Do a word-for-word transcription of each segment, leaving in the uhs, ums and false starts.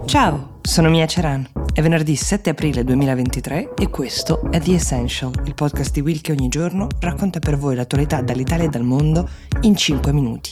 Ciao, sono Mia Ceran. È venerdì sette aprile duemilaventitré e questo è The Essential, il podcast di Will che ogni giorno racconta per voi l'attualità dall'Italia e dal mondo in cinque minuti.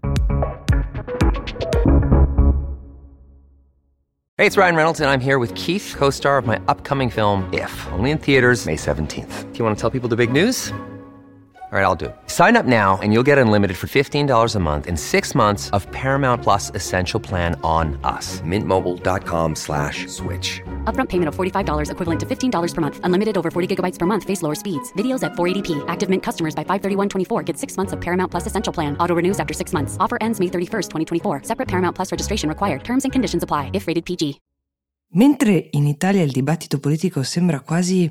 Hey, it's Ryan Reynolds, and I'm here with Keith, co-star of my upcoming film, If, only in theaters May seventeenth. Do you want to tell people the big news? All right, I'll do it. Sign up now and you'll get unlimited for fifteen dollars a month and six months of Paramount Plus Essential Plan on us. Mint Mobile dot com slash switch. Upfront payment of forty-five dollars equivalent to fifteen dollars per month. Unlimited over forty gigabytes per month. Face lower speeds. Videos at four eighty p. Active Mint customers by five thirty-one twenty-four get six months of Paramount Plus Essential Plan. Auto renews after six months. Offer ends May thirty-first, twenty twenty-four. Separate Paramount Plus registration required. Terms and conditions apply if rated P G. Mentre in Italia il dibattito politico sembra quasi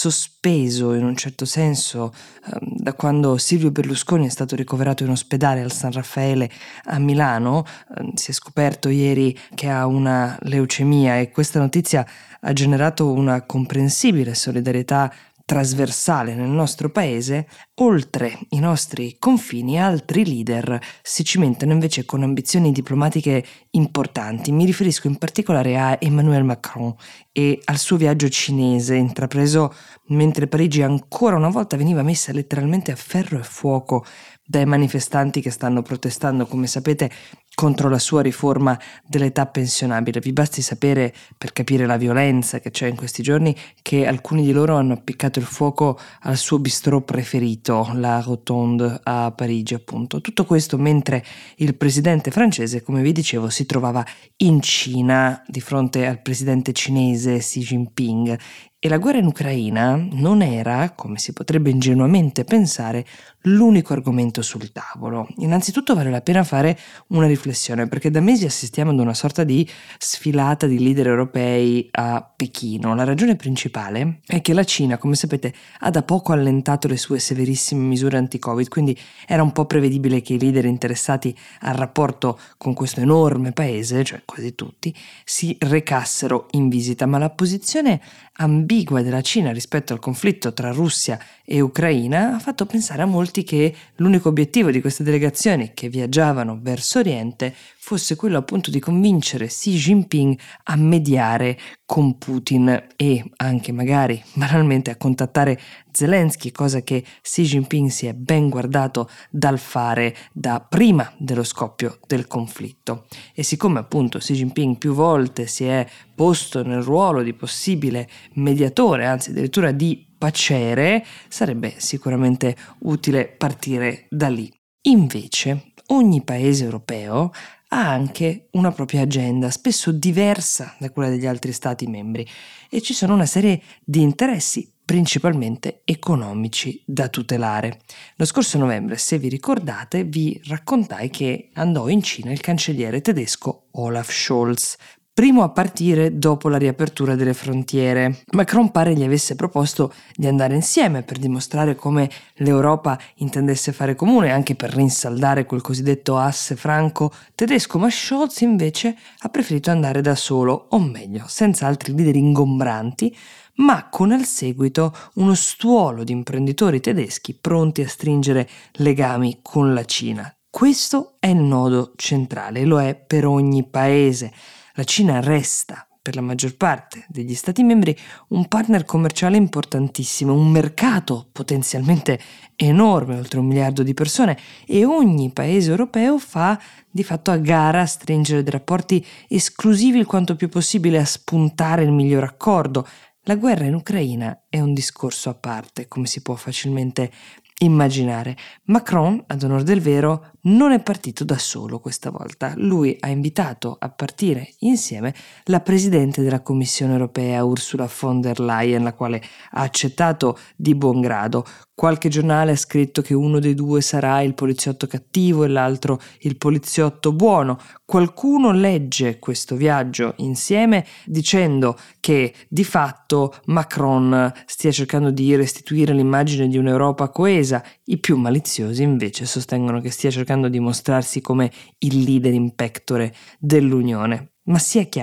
sospeso in un certo senso eh, da quando Silvio Berlusconi è stato ricoverato in ospedale al San Raffaele a Milano, eh, si è scoperto ieri che ha una leucemia e questa notizia ha generato una comprensibile solidarietà trasversale nel nostro paese. Oltre i nostri confini altri leader si cimentano invece con ambizioni diplomatiche importanti. Mi riferisco in particolare a Emmanuel Macron e al suo viaggio cinese intrapreso mentre Parigi ancora una volta veniva messa letteralmente a ferro e fuoco dai manifestanti che stanno protestando, come sapete, contro la sua riforma dell'età pensionabile. Vi basti sapere, per capire la violenza che c'è in questi giorni, che alcuni di loro hanno appiccato il fuoco al suo bistrò preferito, la Rotonde a Parigi, appunto. Tutto questo mentre il presidente francese, come vi dicevo, si trovava in Cina di fronte al presidente cinese Xi Jinping. E la guerra in Ucraina non era, come si potrebbe ingenuamente pensare, l'unico argomento sul tavolo. Innanzitutto vale la pena fare una riflessione, perché da mesi assistiamo ad una sorta di sfilata di leader europei a Pechino. La ragione principale è che la Cina, come sapete, ha da poco allentato le sue severissime misure anti-Covid, quindi era un po' prevedibile che i leader interessati al rapporto con questo enorme paese, cioè quasi tutti, si recassero in visita, ma la posizione ambigua della Cina rispetto al conflitto tra Russia e Ucraina ha fatto pensare a molti che l'unico obiettivo di queste delegazioni che viaggiavano verso Oriente fosse quello appunto di convincere Xi Jinping a mediare con Putin e anche magari banalmente a contattare Zelensky, cosa che Xi Jinping si è ben guardato dal fare da prima dello scoppio del conflitto. E siccome appunto Xi Jinping più volte si è posto nel ruolo di possibile mediatore, anzi addirittura di paciere, sarebbe sicuramente utile partire da lì. Invece ogni paese europeo ha anche una propria agenda, spesso diversa da quella degli altri stati membri, e ci sono una serie di interessi principalmente economici da tutelare. Lo scorso novembre, se vi ricordate, vi raccontai che andò in Cina il cancelliere tedesco Olaf Scholz, primo a partire dopo la riapertura delle frontiere. Macron pare gli avesse proposto di andare insieme per dimostrare come l'Europa intendesse fare comune, anche per rinsaldare quel cosiddetto asse franco-tedesco, ma Scholz invece ha preferito andare da solo, o meglio, senza altri leader ingombranti, ma con al seguito uno stuolo di imprenditori tedeschi pronti a stringere legami con la Cina. Questo è il nodo centrale, lo è per ogni paese. La Cina resta, per la maggior parte degli Stati membri, un partner commerciale importantissimo, un mercato potenzialmente enorme, oltre un miliardo di persone, e ogni paese europeo fa di fatto a gara a stringere dei rapporti esclusivi il quanto più possibile, a spuntare il miglior accordo. La guerra in Ucraina è un discorso a parte, come si può facilmente immaginare. Macron, ad onor del vero, non è partito da solo questa volta. Lui ha invitato a partire insieme la presidente della Commissione europea Ursula von der Leyen, la quale ha accettato di buon grado. Qualche giornale ha scritto che uno dei due sarà il poliziotto cattivo e l'altro il poliziotto buono. Qualcuno legge questo viaggio insieme dicendo che di fatto Macron stia cercando di restituire l'immagine di un'Europa coesa. I più maliziosi invece sostengono che stia cercando di mostrarsi come il leader in pectore dell'Unione. Ma sia chiaro,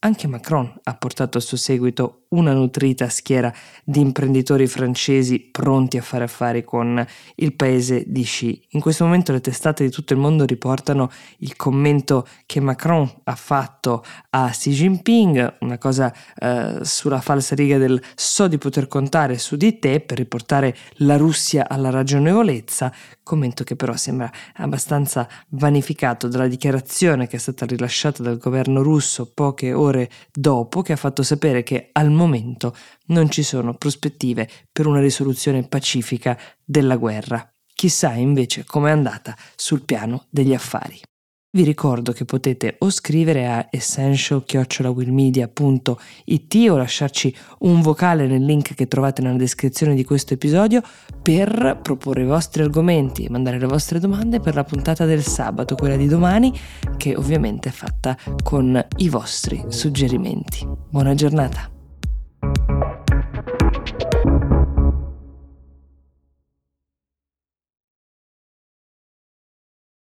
anche Macron ha portato a suo seguito una nutrita schiera di imprenditori francesi pronti a fare affari con il paese di Xi. In questo momento le testate di tutto il mondo riportano il commento che Macron ha fatto a Xi Jinping, una cosa eh, sulla falsariga del so di poter contare su di te, per riportare la Russia alla ragionevolezza, commento che però sembra abbastanza vanificato dalla dichiarazione che è stata rilasciata dal governo russo poche ore dopo, che ha fatto sapere che al momento non ci sono prospettive per una risoluzione pacifica della guerra. Chissà invece com'è andata sul piano degli affari. Vi ricordo che potete o scrivere a essential chiocciola willmedia punto it o lasciarci un vocale nel link che trovate nella descrizione di questo episodio per proporre i vostri argomenti e mandare le vostre domande per la puntata del sabato, quella di domani, che ovviamente è fatta con i vostri suggerimenti. Buona giornata!